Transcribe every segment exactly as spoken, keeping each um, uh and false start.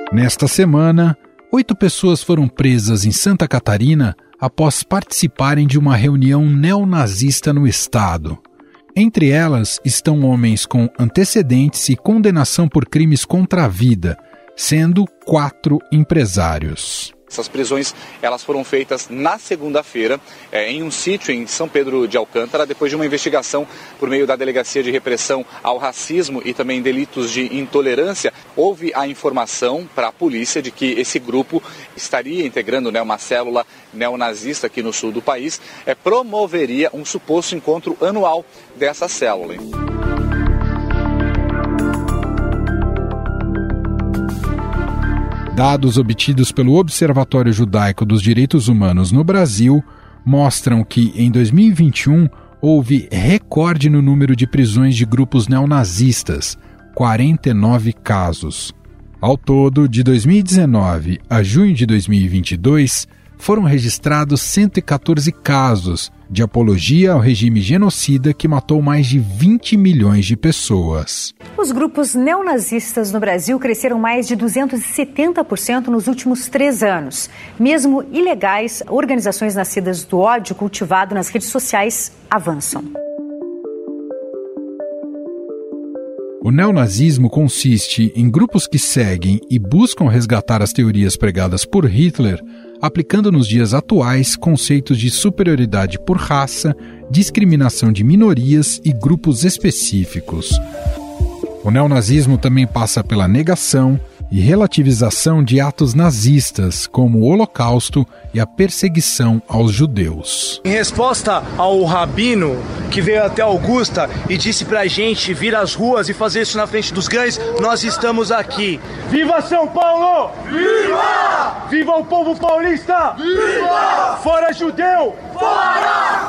Nesta semana, oito pessoas foram presas em Santa Catarina após participarem de uma reunião neonazista no estado. Entre elas estão homens com antecedentes e condenação por crimes contra a vida, sendo quatro empresários. Essas prisões elas foram feitas na segunda-feira é, em um sítio em São Pedro de Alcântara, depois de uma investigação por meio da Delegacia de Repressão ao Racismo e também delitos de intolerância. Houve a informação para a polícia de que esse grupo estaria integrando, né, uma célula neonazista aqui no sul do país, é, promoveria um suposto encontro anual dessa célula. Hein? Dados obtidos pelo Observatório Judaico dos Direitos Humanos no Brasil mostram que, em dois mil e vinte e um, houve recorde no número de prisões de grupos neonazistas, quarenta e nove casos. Ao todo, de dois mil e dezenove a junho de dois mil e vinte e dois, foram registrados cento e catorze casos de apologia ao regime genocida que matou mais de vinte milhões de pessoas. Os grupos neonazistas no Brasil cresceram mais de duzentos e setenta por cento nos últimos três anos. Mesmo ilegais, organizações nascidas do ódio cultivado nas redes sociais avançam. O neonazismo consiste em grupos que seguem e buscam resgatar as teorias pregadas por Hitler, aplicando nos dias atuais conceitos de superioridade por raça, discriminação de minorias e grupos específicos. O neonazismo também passa pela negação e relativização de atos nazistas, como o Holocausto e a perseguição aos judeus. Em resposta ao rabino que veio até Augusta e disse pra gente vir às ruas e fazer isso na frente dos cães, nós estamos aqui. Viva São Paulo! Viva! Viva o povo paulista! Viva! Fora judeu! Fora!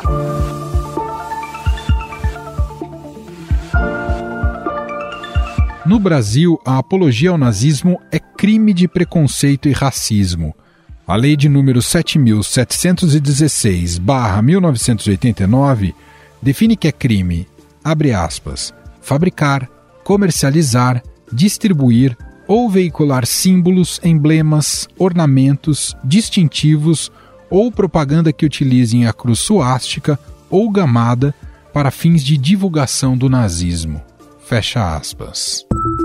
No Brasil, a apologia ao nazismo é crime de preconceito e racismo. A Lei de número sete mil setecentos e dezesseis barra mil novecentos e oitenta e nove define que é crime, abre aspas, fabricar, comercializar, distribuir ou veicular símbolos, emblemas, ornamentos, distintivos ou propaganda que utilizem a cruz suástica ou gamada para fins de divulgação do nazismo. Fecha aspas.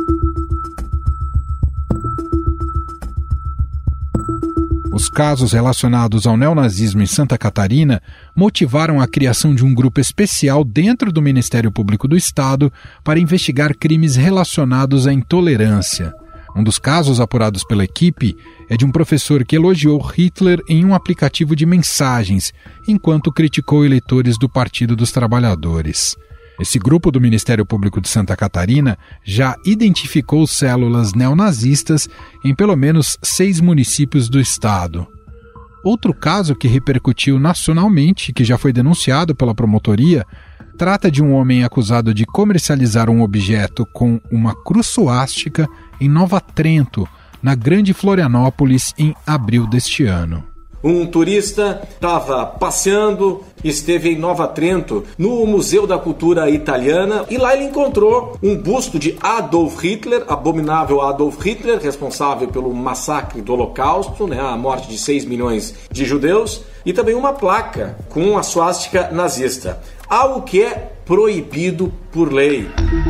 Os casos relacionados ao neonazismo em Santa Catarina motivaram a criação de um grupo especial dentro do Ministério Público do Estado para investigar crimes relacionados à intolerância. Um dos casos apurados pela equipe é de um professor que elogiou Hitler em um aplicativo de mensagens, enquanto criticou eleitores do Partido dos Trabalhadores. Esse grupo do Ministério Público de Santa Catarina já identificou células neonazistas em pelo menos seis municípios do estado. Outro caso que repercutiu nacionalmente e que já foi denunciado pela promotoria trata de um homem acusado de comercializar um objeto com uma cruz suástica em Nova Trento, na Grande Florianópolis, em abril deste ano. Um turista estava passeando, esteve em Nova Trento, no Museu da Cultura Italiana, e lá ele encontrou um busto de Adolf Hitler, abominável Adolf Hitler, responsável pelo massacre do Holocausto, né, a morte de seis milhões de judeus, e também uma placa com a suástica nazista, algo que é proibido por lei.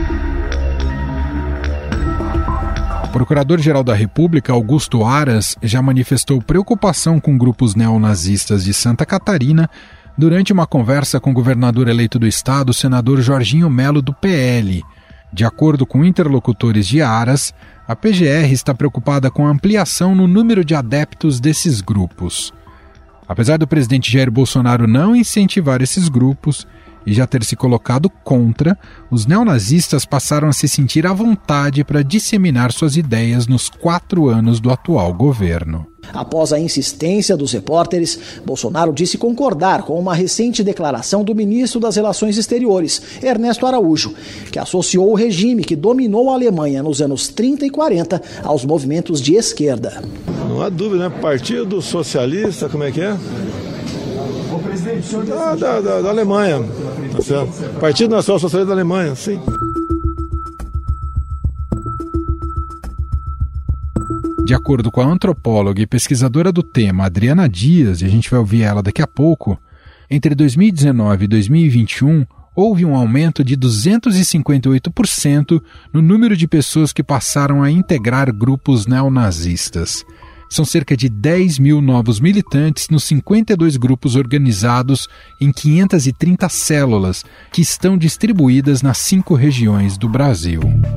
O Procurador-Geral da República, Augusto Aras, já manifestou preocupação com grupos neonazistas de Santa Catarina durante uma conversa com o governador eleito do estado, o senador Jorginho Melo, do P L. De acordo com interlocutores de Aras, a P G R está preocupada com a ampliação no número de adeptos desses grupos. Apesar do presidente Jair Bolsonaro não incentivar esses grupos e já ter se colocado contra, os neonazistas passaram a se sentir à vontade para disseminar suas ideias nos quatro anos do atual governo. Após a insistência dos repórteres, Bolsonaro disse concordar com uma recente declaração do ministro das Relações Exteriores, Ernesto Araújo, que associou o regime que dominou a Alemanha nos anos trinta e quarenta aos movimentos de esquerda. Não há dúvida, né? Partido Socialista, como é que é? O presidente, o senhor da, da, da, da Alemanha. Tá certo? Partido Nacional Socialista da Alemanha, sim. De De acordo com a antropóloga e pesquisadora do tema, Adriana Dias, e a gente vai ouvir ela daqui a pouco, entre dois mil e dezenove e dois mil e vinte e um, houve um aumento de duzentos e cinquenta e oito por cento no número de pessoas que passaram a integrar grupos neonazistas. São cerca de dez mil novos militantes nos cinquenta e dois grupos organizados em quinhentas e trinta células, que estão distribuídas nas cinco regiões do Brasil.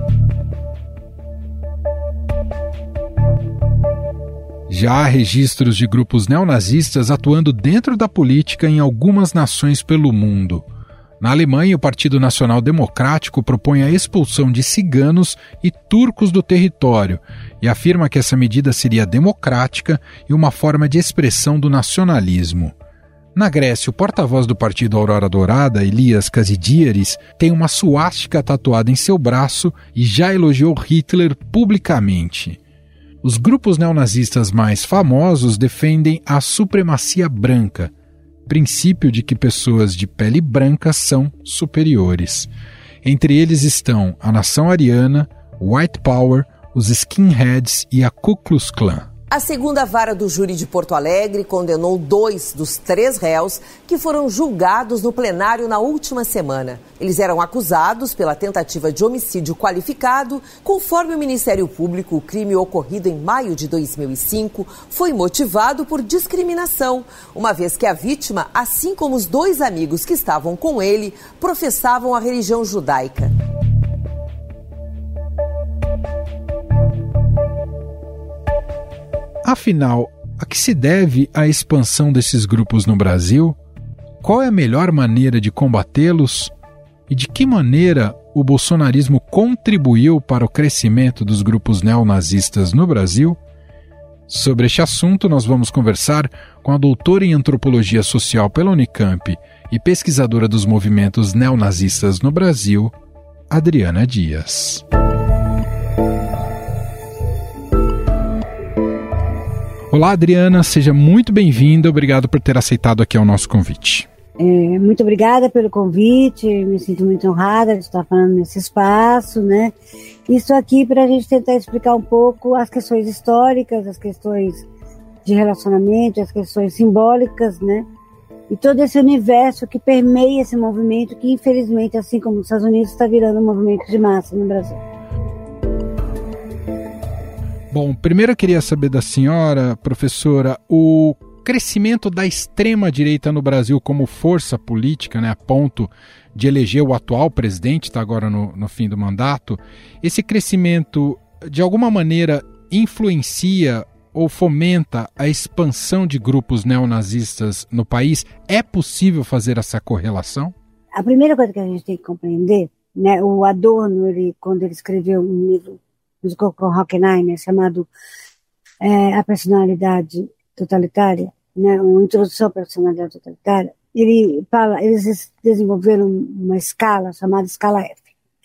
Já há registros de grupos neonazistas atuando dentro da política em algumas nações pelo mundo. Na Alemanha, o Partido Nacional Democrático propõe a expulsão de ciganos e turcos do território e afirma que essa medida seria democrática e uma forma de expressão do nacionalismo. Na Grécia, o porta-voz do Partido Aurora Dourada, Elias Kasidiaris, tem uma suástica tatuada em seu braço e já elogiou Hitler publicamente. Os grupos neonazistas mais famosos defendem a supremacia branca, princípio de que pessoas de pele branca são superiores. Entre eles estão a Nação Ariana, White Power, os Skinheads e a Ku Klux Klan. A segunda vara do júri de Porto Alegre condenou dois dos três réus que foram julgados no plenário na última semana. Eles eram acusados pela tentativa de homicídio qualificado. Conforme o Ministério Público, o crime ocorrido em maio de dois mil e cinco foi motivado por discriminação, uma vez que a vítima, assim como os dois amigos que estavam com ele, professavam a religião judaica. Afinal, a que se deve a expansão desses grupos no Brasil? Qual é a melhor maneira de combatê-los? E de que maneira o bolsonarismo contribuiu para o crescimento dos grupos neonazistas no Brasil? Sobre este assunto, nós vamos conversar com a doutora em Antropologia Social pela Unicamp e pesquisadora dos movimentos neonazistas no Brasil, Adriana Dias. Olá, Adriana, seja muito bem-vinda. Obrigado por ter aceitado aqui o nosso convite. É, muito obrigada pelo convite, me sinto muito honrada de estar falando nesse espaço, né? Estou aqui para a gente tentar explicar um pouco as questões históricas, as questões de relacionamento, as questões simbólicas, né? E todo esse universo que permeia esse movimento que, infelizmente, assim como nos Estados Unidos, está virando um movimento de massa no Brasil. Bom, primeiro eu queria saber da senhora, professora, o crescimento da extrema-direita no Brasil como força política, né, a ponto de eleger o atual presidente, está agora no, no fim do mandato, esse crescimento, de alguma maneira, influencia ou fomenta a expansão de grupos neonazistas no país? É possível fazer essa correlação? A primeira coisa que a gente tem que compreender, né, o Adorno, ele, quando ele escreveu um livro com Horkheimer, chamado é, A Personalidade Totalitária, né, uma introdução à personalidade totalitária, ele fala, eles desenvolveram uma escala chamada escala F.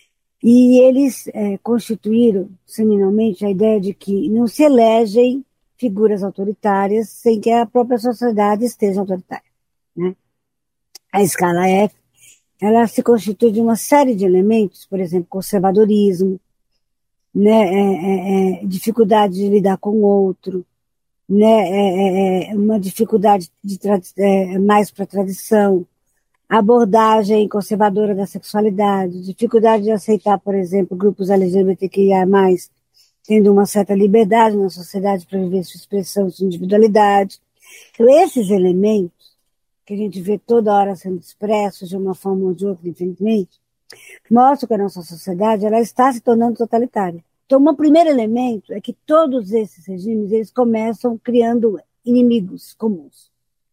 E eles é, constituíram seminalmente a ideia de que não se elegem figuras autoritárias sem que a própria sociedade esteja autoritária, né? A escala F, ela se constitui de uma série de elementos, por exemplo, conservadorismo, né, é, é, é, dificuldade de lidar com o outro, né, é, é, uma dificuldade de é, mais para a tradição, abordagem conservadora da sexualidade, dificuldade de aceitar, por exemplo, grupos L G B T Q I A mais, tendo uma certa liberdade na sociedade para viver sua expressão, sua individualidade. Então, esses elementos, que a gente vê toda hora sendo expressos de uma forma ou de outra, infelizmente, mostra que a nossa sociedade ela está se tornando totalitária. Então, um primeiro elemento é que todos esses regimes eles começam criando inimigos comuns.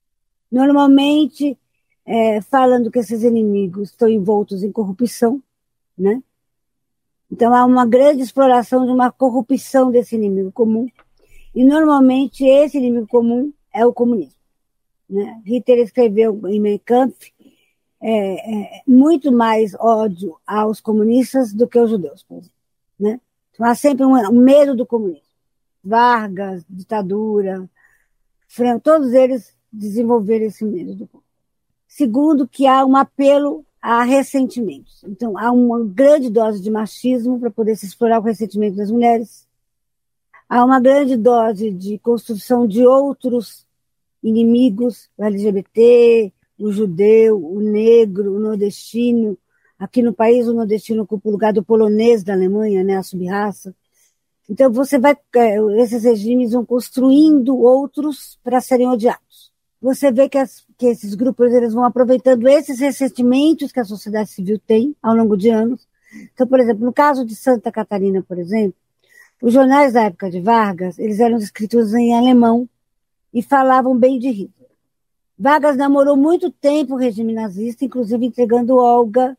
Normalmente, é, falando que esses inimigos estão envoltos em corrupção, né? Então, há uma grande exploração de uma corrupção desse inimigo comum. E, normalmente, esse inimigo comum é o comunismo, né? Hitler escreveu em Mein Kampf É, é, muito mais ódio aos comunistas do que aos judeus, por exemplo, né? Então, há sempre um, um medo do comunismo. Vargas, ditadura, Franco, todos eles desenvolveram esse medo do comunismo. Segundo, que há um apelo a ressentimentos. Então, há uma grande dose de machismo para poder se explorar o ressentimento das mulheres, há uma grande dose de construção de outros inimigos, o L G B T, o judeu, o negro, o nordestino. Aqui no país, o nordestino ocupa o lugar do polonês da Alemanha, né, a sub-raça. Então, você vai, esses regimes vão construindo outros para serem odiados. Você vê que, as, que esses grupos eles vão aproveitando esses ressentimentos que a sociedade civil tem ao longo de anos. Então, por exemplo, no caso de Santa Catarina, por exemplo, os jornais da época de Vargas, eles eram escritos em alemão e falavam bem de Hitler. Vargas namorou muito tempo o regime nazista, inclusive entregando Olga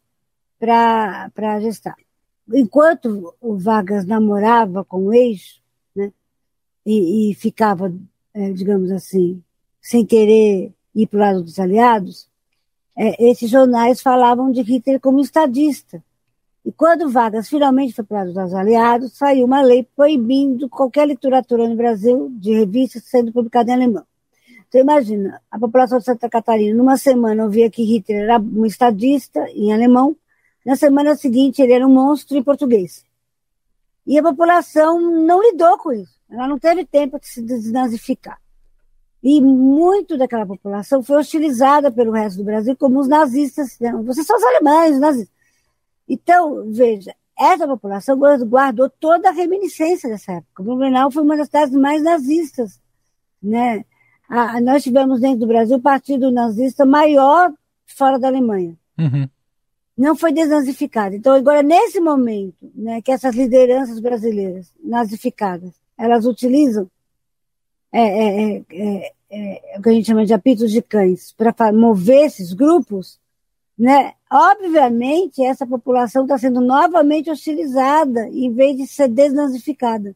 para a gestar. Enquanto o Vargas namorava com o eixo, né, e, e ficava, é, digamos assim, sem querer ir para o lado dos aliados, é, esses jornais falavam de Hitler como estadista. E quando Vargas finalmente foi para o lado dos aliados, saiu uma lei proibindo qualquer literatura no Brasil de revistas sendo publicada em alemão. Então imagina, a população de Santa Catarina, numa semana ouvia que Hitler era um estadista em alemão, na semana seguinte ele era um monstro em português. E a população não lidou com isso, ela não teve tempo de se desnazificar. E muito daquela população foi hostilizada pelo resto do Brasil como os nazistas, né? Vocês são os alemães, os nazistas. Então, veja, essa população guardou toda a reminiscência dessa época. Blumenau foi uma das cidades mais nazistas, né? A, nós tivemos dentro do Brasil o partido nazista maior fora da Alemanha. Uhum. Não foi desnazificado. Então, agora, nesse momento, né, que essas lideranças brasileiras nazificadas, elas utilizam é, é, é, é, é, o que a gente chama de apitos de cães para mover esses grupos, né? Obviamente, essa população está sendo novamente hostilizada em vez de ser desnazificada.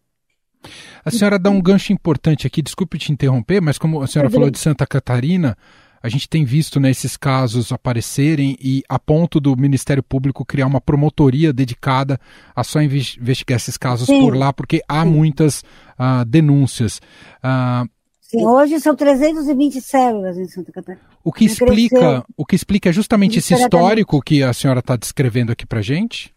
A senhora dá um gancho importante aqui, desculpe te interromper, mas como a senhora falou de Santa Catarina, a gente tem visto, né, esses casos aparecerem e a ponto do Ministério Público criar uma promotoria dedicada a só investigar esses casos Sim. por lá, porque há Sim. muitas uh, denúncias. Uh, Sim, hoje são trezentas e vinte células em Santa Catarina. O que explica, o que explica é justamente esse histórico que a senhora está descrevendo aqui para a gente?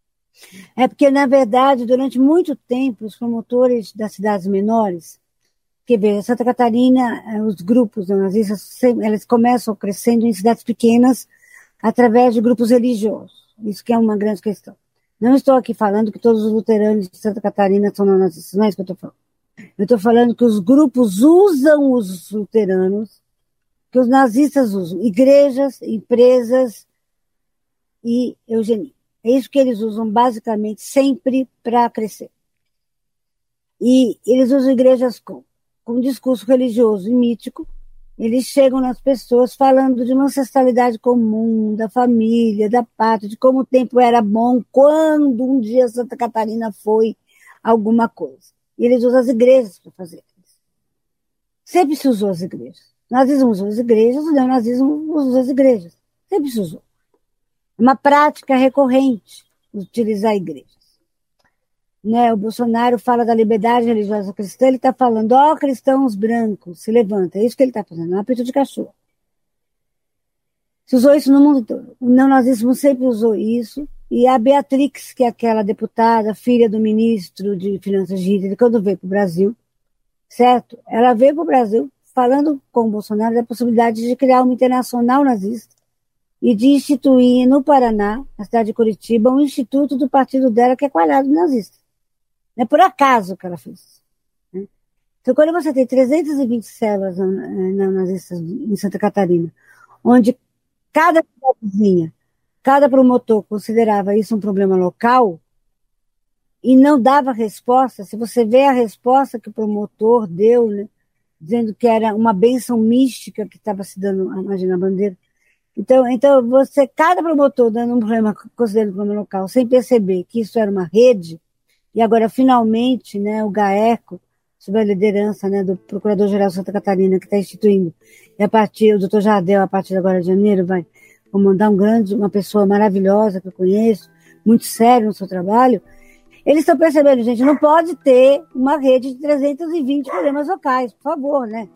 É porque, na verdade, durante muito tempo, os promotores das cidades menores, que veja, Santa Catarina, os grupos nazistas, eles começam crescendo em cidades pequenas através de grupos religiosos. Isso que é uma grande questão. Não estou aqui falando que todos os luteranos de Santa Catarina são nazistas, não é isso que eu estou falando. Eu estou falando que os grupos usam os luteranos, que os nazistas usam igrejas, empresas e eugenia. É isso que eles usam basicamente sempre para crescer. E eles usam igrejas com, com um discurso religioso e mítico. Eles chegam nas pessoas falando de uma ancestralidade comum, da família, da pátria, de como o tempo era bom quando um dia Santa Catarina foi alguma coisa. E eles usam as igrejas para fazer isso. Sempre se usou as igrejas. O nazismo usou as igrejas, o neonazismo usou as igrejas. Sempre se usou. É uma prática recorrente utilizar igrejas. Né? O Bolsonaro fala da liberdade religiosa cristã, ele está falando, ó, oh, cristãos brancos, se levanta. É isso que ele está fazendo, é um apito de cachorro. Se usou isso no mundo todo. O neonazismo sempre usou isso. E a Beatrix, que é aquela deputada, filha do ministro de Finanças de Hitler, quando veio para o Brasil, certo? Ela veio para o Brasil falando com o Bolsonaro da possibilidade de criar uma internacional nazista e de instituir no Paraná, na cidade de Curitiba, um instituto do partido dela que é coalhado nazista. Não é por acaso que ela fez isso. Né? Então, quando você tem trezentas e vinte células nazistas em Santa Catarina, onde cada cidadezinha, cada promotor considerava isso um problema local e não dava resposta, se você vê a resposta que o promotor deu, né, dizendo que era uma bênção mística que estava se dando, imagina a bandeira. Então, então você, cada promotor dando um problema, considerando um problema local, sem perceber que isso era uma rede, e agora finalmente, né, o GAECO, sob a liderança, né, do Procurador-Geral de Santa Catarina, que está instituindo, e a partir, o doutor Jardel, a partir de agora de janeiro, vai comandar um grande, uma pessoa maravilhosa que eu conheço, muito sério no seu trabalho, eles estão percebendo, gente, não pode ter uma rede de trezentos e vinte problemas locais, por favor, né?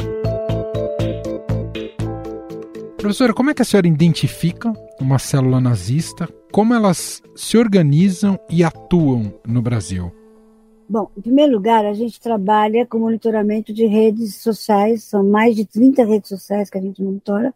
Professora, como é que a senhora identifica uma célula nazista? Como elas se organizam e atuam no Brasil? Bom, em primeiro lugar, a gente trabalha com monitoramento de redes sociais, são mais de trinta redes sociais que a gente monitora,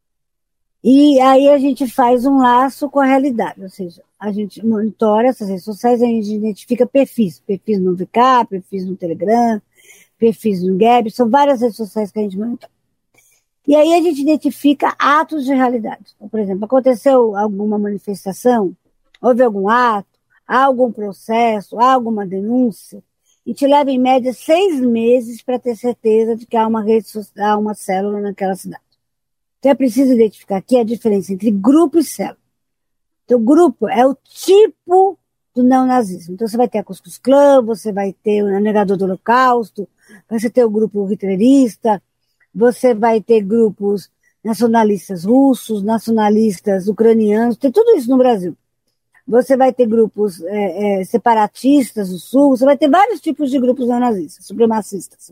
e aí a gente faz um laço com a realidade, ou seja, a gente monitora essas redes sociais, a gente identifica perfis, perfis no V K, perfis no Telegram, perfis no Gab, são várias redes sociais que a gente monitora. E aí a gente identifica atos de realidade. Então, por exemplo, aconteceu alguma manifestação, houve algum ato, há algum processo, há alguma denúncia, e te leva em média seis meses para ter certeza de que há uma rede social, há uma célula naquela cidade. Então é preciso identificar aqui a diferença entre grupo e célula. Então grupo é o tipo do neonazismo. Então você vai ter a Cuscuz Clã, você vai ter o Negador do Holocausto, você ter o grupo hitlerista, você vai ter grupos nacionalistas russos, nacionalistas ucranianos, tem tudo isso no Brasil. Você vai ter grupos é, é, separatistas do Sul, você vai ter vários tipos de grupos neonazistas, supremacistas.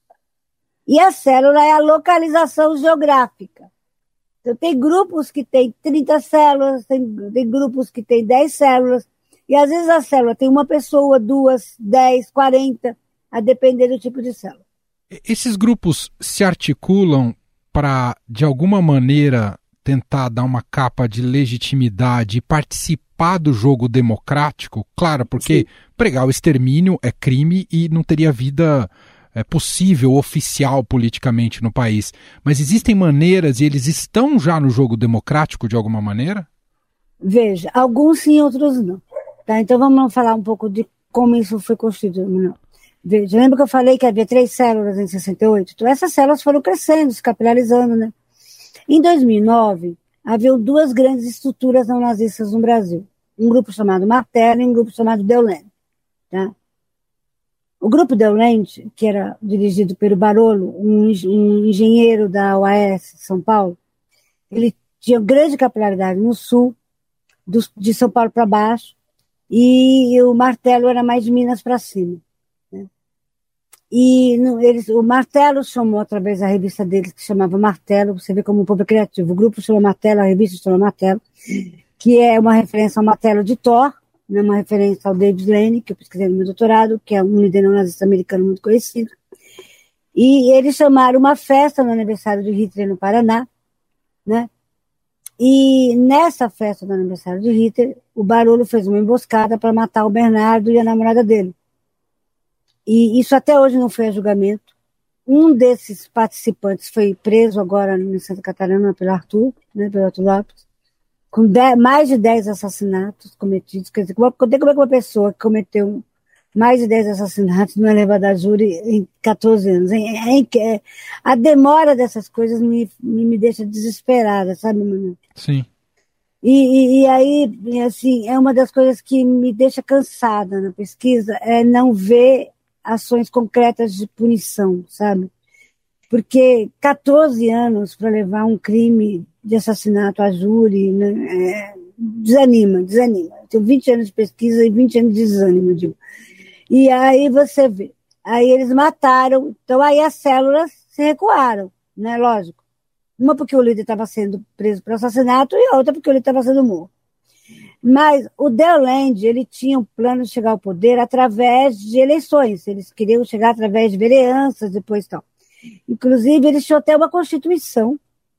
E a célula é a localização geográfica. Então tem grupos que têm trinta células, tem, tem grupos que têm dez células, e às vezes a célula tem uma pessoa, duas, dez, quarenta, a depender do tipo de célula. Esses grupos se articulam para, de alguma maneira, tentar dar uma capa de legitimidade e participar do jogo democrático? Claro, porque Sim. pregar o extermínio é crime e não teria vida é, possível, oficial, politicamente no país. Mas existem maneiras e eles estão já no jogo democrático de alguma maneira? Veja, alguns sim, outros não. Tá? Então vamos falar um pouco de como isso foi construído. Não. Veja, lembra que eu falei que havia três células em sessenta e oito? Então essas células foram crescendo, se capilarizando, né? Em dois mil e nove, havia duas grandes estruturas neonazistas no Brasil. Um grupo chamado Martelo e um grupo chamado Deuland. Tá? O grupo Deuland, que era dirigido pelo Barolo, um, um engenheiro da U A S São Paulo, ele tinha grande capilaridade no sul, do, de São Paulo para baixo, e o Martelo era mais de Minas para cima. E no, eles, o Martelo chamou, através da revista deles, que chamava Martelo, você vê como o povo é criativo, o grupo chama Martelo, a revista chama Martelo, que é uma referência ao martelo de Thor, né, uma referência ao David Lane, que eu pesquisei no meu doutorado, que é um líder neonazista americano muito conhecido. E eles chamaram uma festa no aniversário de Hitler no Paraná, né? E nessa festa do aniversário de Hitler, o Barolo fez uma emboscada para matar o Bernardo e a namorada dele. E isso até hoje não foi a julgamento. Um desses participantes foi preso agora em Santa Catarina pelo Arthur, né, pelo Arthur Lopes, com dez, mais de dez assassinatos cometidos. Quer dizer, como, como é que uma pessoa que cometeu mais de dez assassinatos não é levada a júri em catorze anos? É, é, é, a demora dessas coisas me, me, me deixa desesperada, sabe, Manu? Sim. E, e, e aí, assim, é uma das coisas que me deixa cansada na pesquisa, é não ver ações concretas de punição, sabe? Porque catorze anos para levar um crime de assassinato a júri, né, é, desanima, desanima. Eu tenho vinte anos de pesquisa e vinte anos de desânimo, digo. E aí você vê, aí eles mataram, então aí as células se recuaram, né, lógico. Uma porque o líder estava sendo preso por assassinato e a outra porque o líder estava sendo morto. Mas o Deuland, ele tinha um plano de chegar ao poder através de eleições. Eles queriam chegar através de vereanças, depois tal. Inclusive, eles tinham até uma constituição.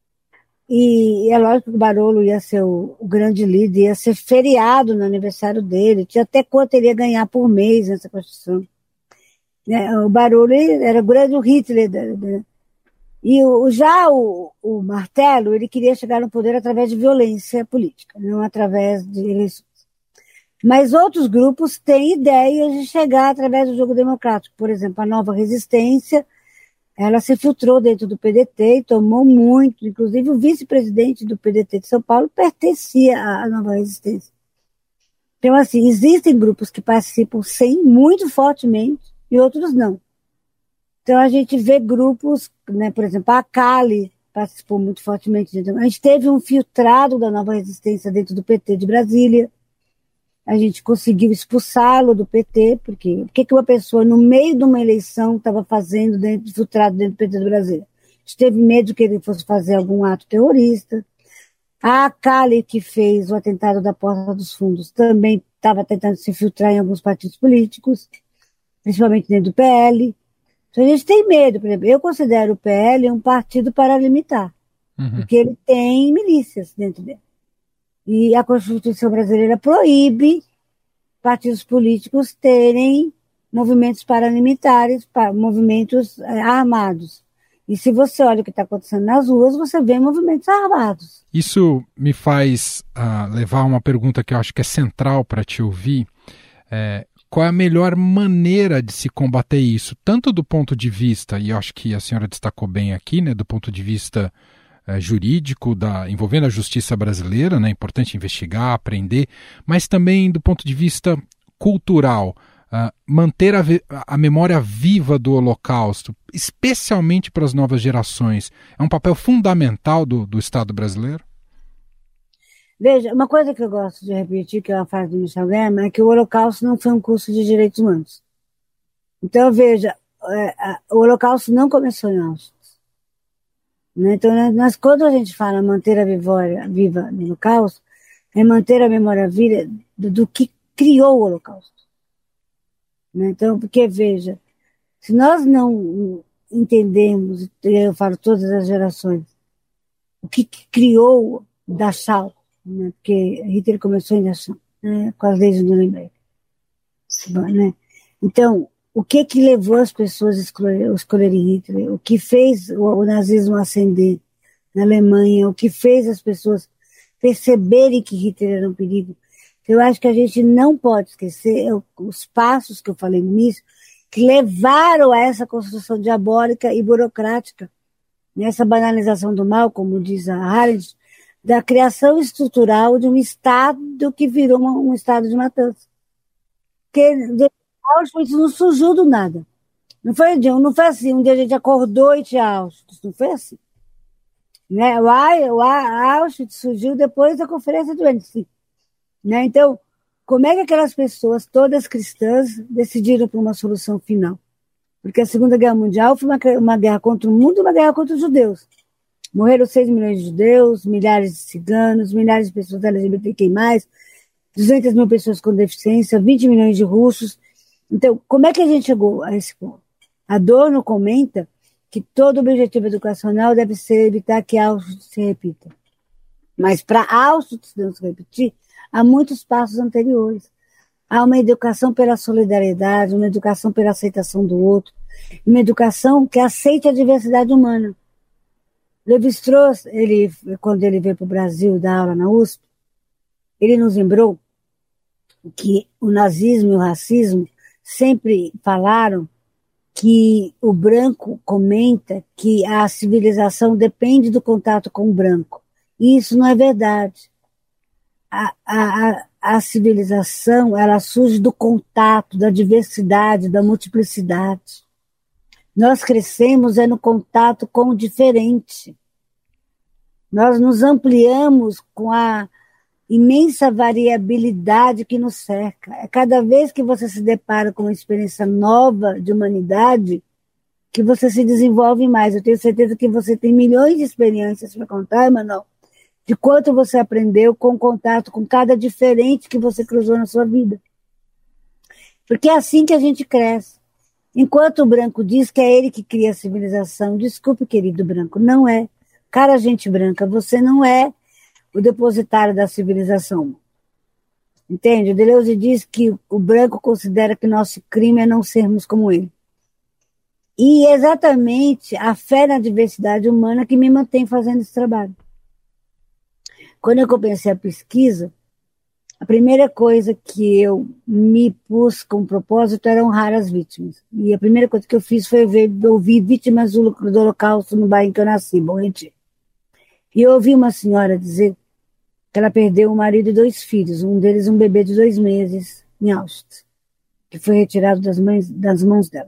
E é lógico que o Barolo ia ser o, o grande líder, ia ser feriado no aniversário dele. Tinha até quanto ele ia ganhar por mês nessa constituição. Né? O Barolo era o grande Hitler. Né? E o, já o, o Martelo, ele queria chegar no poder através de violência política, não através de eleições. Mas outros grupos têm ideias de chegar através do jogo democrático. Por exemplo, a Nova Resistência, ela se filtrou dentro do P D T e tomou muito. Inclusive, o vice-presidente do P D T de São Paulo pertencia à Nova Resistência. Então, assim, existem grupos que participam, sim, muito fortemente, e outros não. Então, a gente vê grupos, né, por exemplo, a Cali participou muito fortemente. A gente teve um filtrado da Nova Resistência dentro do P T de Brasília. A gente conseguiu expulsá-lo do P T, porque o que uma pessoa, no meio de uma eleição, estava fazendo dentro, filtrado dentro do P T de Brasília? A gente teve medo que ele fosse fazer algum ato terrorista. A Cali, que fez o atentado da Porta dos Fundos, também estava tentando se filtrar em alguns partidos políticos. principalmente dentro do P L. Então a gente tem medo, por exemplo, eu considero o P L um partido paramilitar, uhum. porque ele tem milícias dentro dele. E a Constituição brasileira proíbe partidos políticos terem movimentos paramilitares, movimentos é, armados. E se você olha o que está acontecendo nas ruas, você vê movimentos armados. Isso me faz uh, levar a uma pergunta que eu acho que é central para te ouvir. É, qual é a melhor maneira de se combater isso? Tanto do ponto de vista, e eu acho que a senhora destacou bem aqui, né, do ponto de vista uh, jurídico, da, envolvendo a justiça brasileira, né, é importante investigar, aprender, mas também do ponto de vista cultural. Uh, manter a, a memória viva do Holocausto, especialmente para as novas gerações, é um papel fundamental do, do Estado brasileiro? Veja, uma coisa que eu gosto de repetir, que é uma frase do Michel Germer, é que o Holocausto não foi um curso de direitos humanos. Então, veja, é, a, o Holocausto não começou em Auschwitz. Né? Então, nós, quando a gente fala manter a memória viva no Holocausto, é manter a memória viva do, do que criou o Holocausto. Então, porque, veja, se nós não entendemos, eu falo todas as gerações, o que, que criou Dachau, né? Porque Hitler começou em Dachau, né? Com as leis de Nuremberg. Né? Então, o que que levou as pessoas a escolher, a escolherem Hitler? O que fez o, o nazismo ascender na Alemanha? O que fez as pessoas perceberem que Hitler era um perigo? Eu acho que a gente não pode esquecer os passos que eu falei no início, que levaram a essa construção diabólica e burocrática, nessa banalização do mal, como diz a Arendt, da criação estrutural de um Estado que virou uma, um Estado de matança. Porque Auschwitz não surgiu do nada. Não foi, não foi assim, um dia a gente acordou e tinha Auschwitz, não foi assim. Né? O, o Auschwitz surgiu depois da Conferência do Annecy. Né? Então, como é que aquelas pessoas, todas cristãs, decidiram por uma solução final? Porque a Segunda Guerra Mundial foi uma, uma guerra contra o mundo e uma guerra contra os judeus. Morreram seis milhões de judeus, milhares de ciganos, milhares de pessoas L G B T Q mais, duzentas mil pessoas com deficiência, vinte milhões de russos. Então, como é que a gente chegou a esse ponto? Adorno comenta que todo objetivo educacional deve ser evitar que Auschwitz se repita. Mas para Auschwitz não se repetir, há muitos passos anteriores. Há uma educação pela solidariedade, uma educação pela aceitação do outro, uma educação que aceite a diversidade humana. Lévi-Strauss, ele, quando ele veio para o Brasil dar aula na U S P, ele nos lembrou que o nazismo e o racismo sempre falaram que o branco comenta que a civilização depende do contato com o branco. E isso não é verdade. A, a, a civilização, ela surge do contato, da diversidade, da multiplicidade. Nós crescemos é no contato com o diferente. Nós nos ampliamos com a imensa variabilidade que nos cerca. É cada vez que você se depara com uma experiência nova de humanidade que você se desenvolve mais. Eu tenho certeza que você tem milhões de experiências para contar, Emanuel, de quanto você aprendeu com contato com cada diferente que você cruzou na sua vida. Porque é assim que a gente cresce. Enquanto o branco diz que é ele que cria a civilização, desculpe, querido branco, não é. Cara, gente branca, você não é o depositário da civilização. Entende? O Deleuze diz que o branco considera que nosso crime é não sermos como ele. E é exatamente a fé na diversidade humana que me mantém fazendo esse trabalho. Quando eu comecei a pesquisa, a primeira coisa que eu me pus com propósito era honrar as vítimas. E a primeira coisa que eu fiz foi ver, ouvir vítimas do, do Holocausto no bairro em que eu nasci, Bom Retiro. E eu ouvi uma senhora dizer que ela perdeu um marido e dois filhos, um deles um bebê de dois meses em Auschwitz, que foi retirado das, mães, das mãos dela.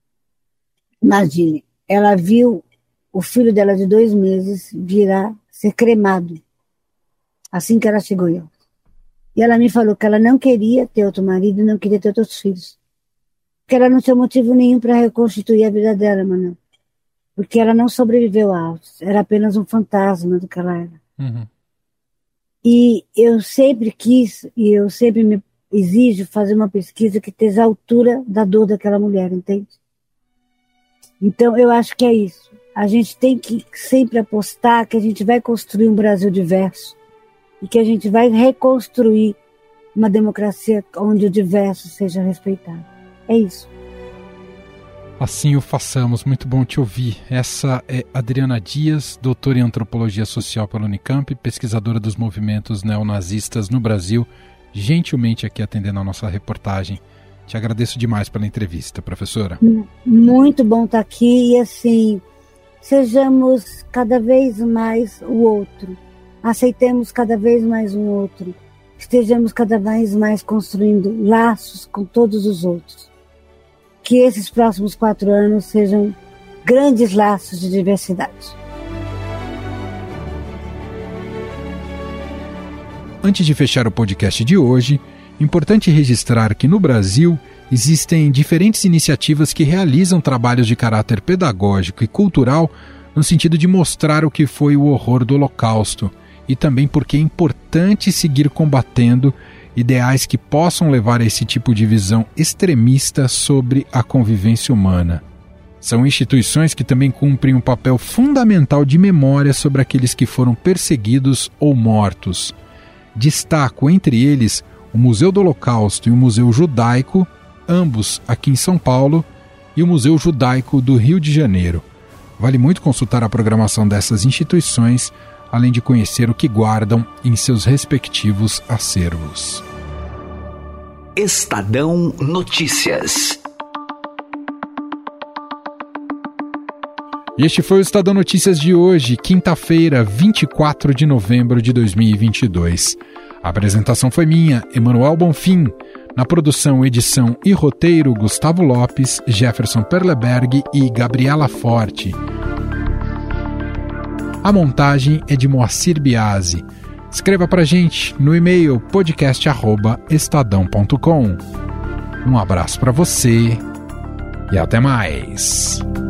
Imagine, ela viu o filho dela de dois meses virar, ser cremado, assim que ela chegou em Auschwitz. E ela me falou que ela não queria ter outro marido, não queria ter outros filhos. Porque ela não tinha motivo nenhum para reconstituir a vida dela, mano. Porque ela não sobreviveu a Auschwitz. Era apenas um fantasma do que ela era. Uhum. E eu sempre quis, e eu sempre me, exige fazer uma pesquisa que esteja à altura da dor daquela mulher, entende? Então, eu acho que é isso. A gente tem que sempre apostar que a gente vai construir um Brasil diverso e que a gente vai reconstruir uma democracia onde o diverso seja respeitado. É isso. Assim o façamos. Muito bom te ouvir. Essa é Adriana Dias, doutora em Antropologia Social pela Unicamp, pesquisadora dos movimentos neonazistas no Brasil, gentilmente aqui atendendo a nossa reportagem. Te agradeço demais pela entrevista, professora. Muito bom estar aqui e, assim, sejamos cada vez mais o outro. Aceitemos cada vez mais um outro. Estejamos cada vez mais construindo laços com todos os outros. Que esses próximos quatro anos sejam grandes laços de diversidade. Antes de fechar o podcast de hoje, importante registrar que no Brasil existem diferentes iniciativas que realizam trabalhos de caráter pedagógico e cultural no sentido de mostrar o que foi o horror do Holocausto e também porque é importante seguir combatendo ideais que possam levar a esse tipo de visão extremista sobre a convivência humana. São instituições que também cumprem um papel fundamental de memória sobre aqueles que foram perseguidos ou mortos. Destaco entre eles o Museu do Holocausto e o Museu Judaico, ambos aqui em São Paulo, e o Museu Judaico do Rio de Janeiro. Vale muito consultar a programação dessas instituições, além de conhecer o que guardam em seus respectivos acervos. Estadão Notícias. E este foi o Estadão Notícias de hoje, quinta-feira, vinte e quatro de novembro de dois mil e vinte e dois. A apresentação foi minha, Emanuel Bonfim. Na produção, edição e roteiro, Gustavo Lopes, Jefferson Perleberg e Gabriela Forte. A montagem é de Moacir Biasi. Escreva pra gente no e-mail podcast arroba estadão ponto com. Um abraço para você e até mais.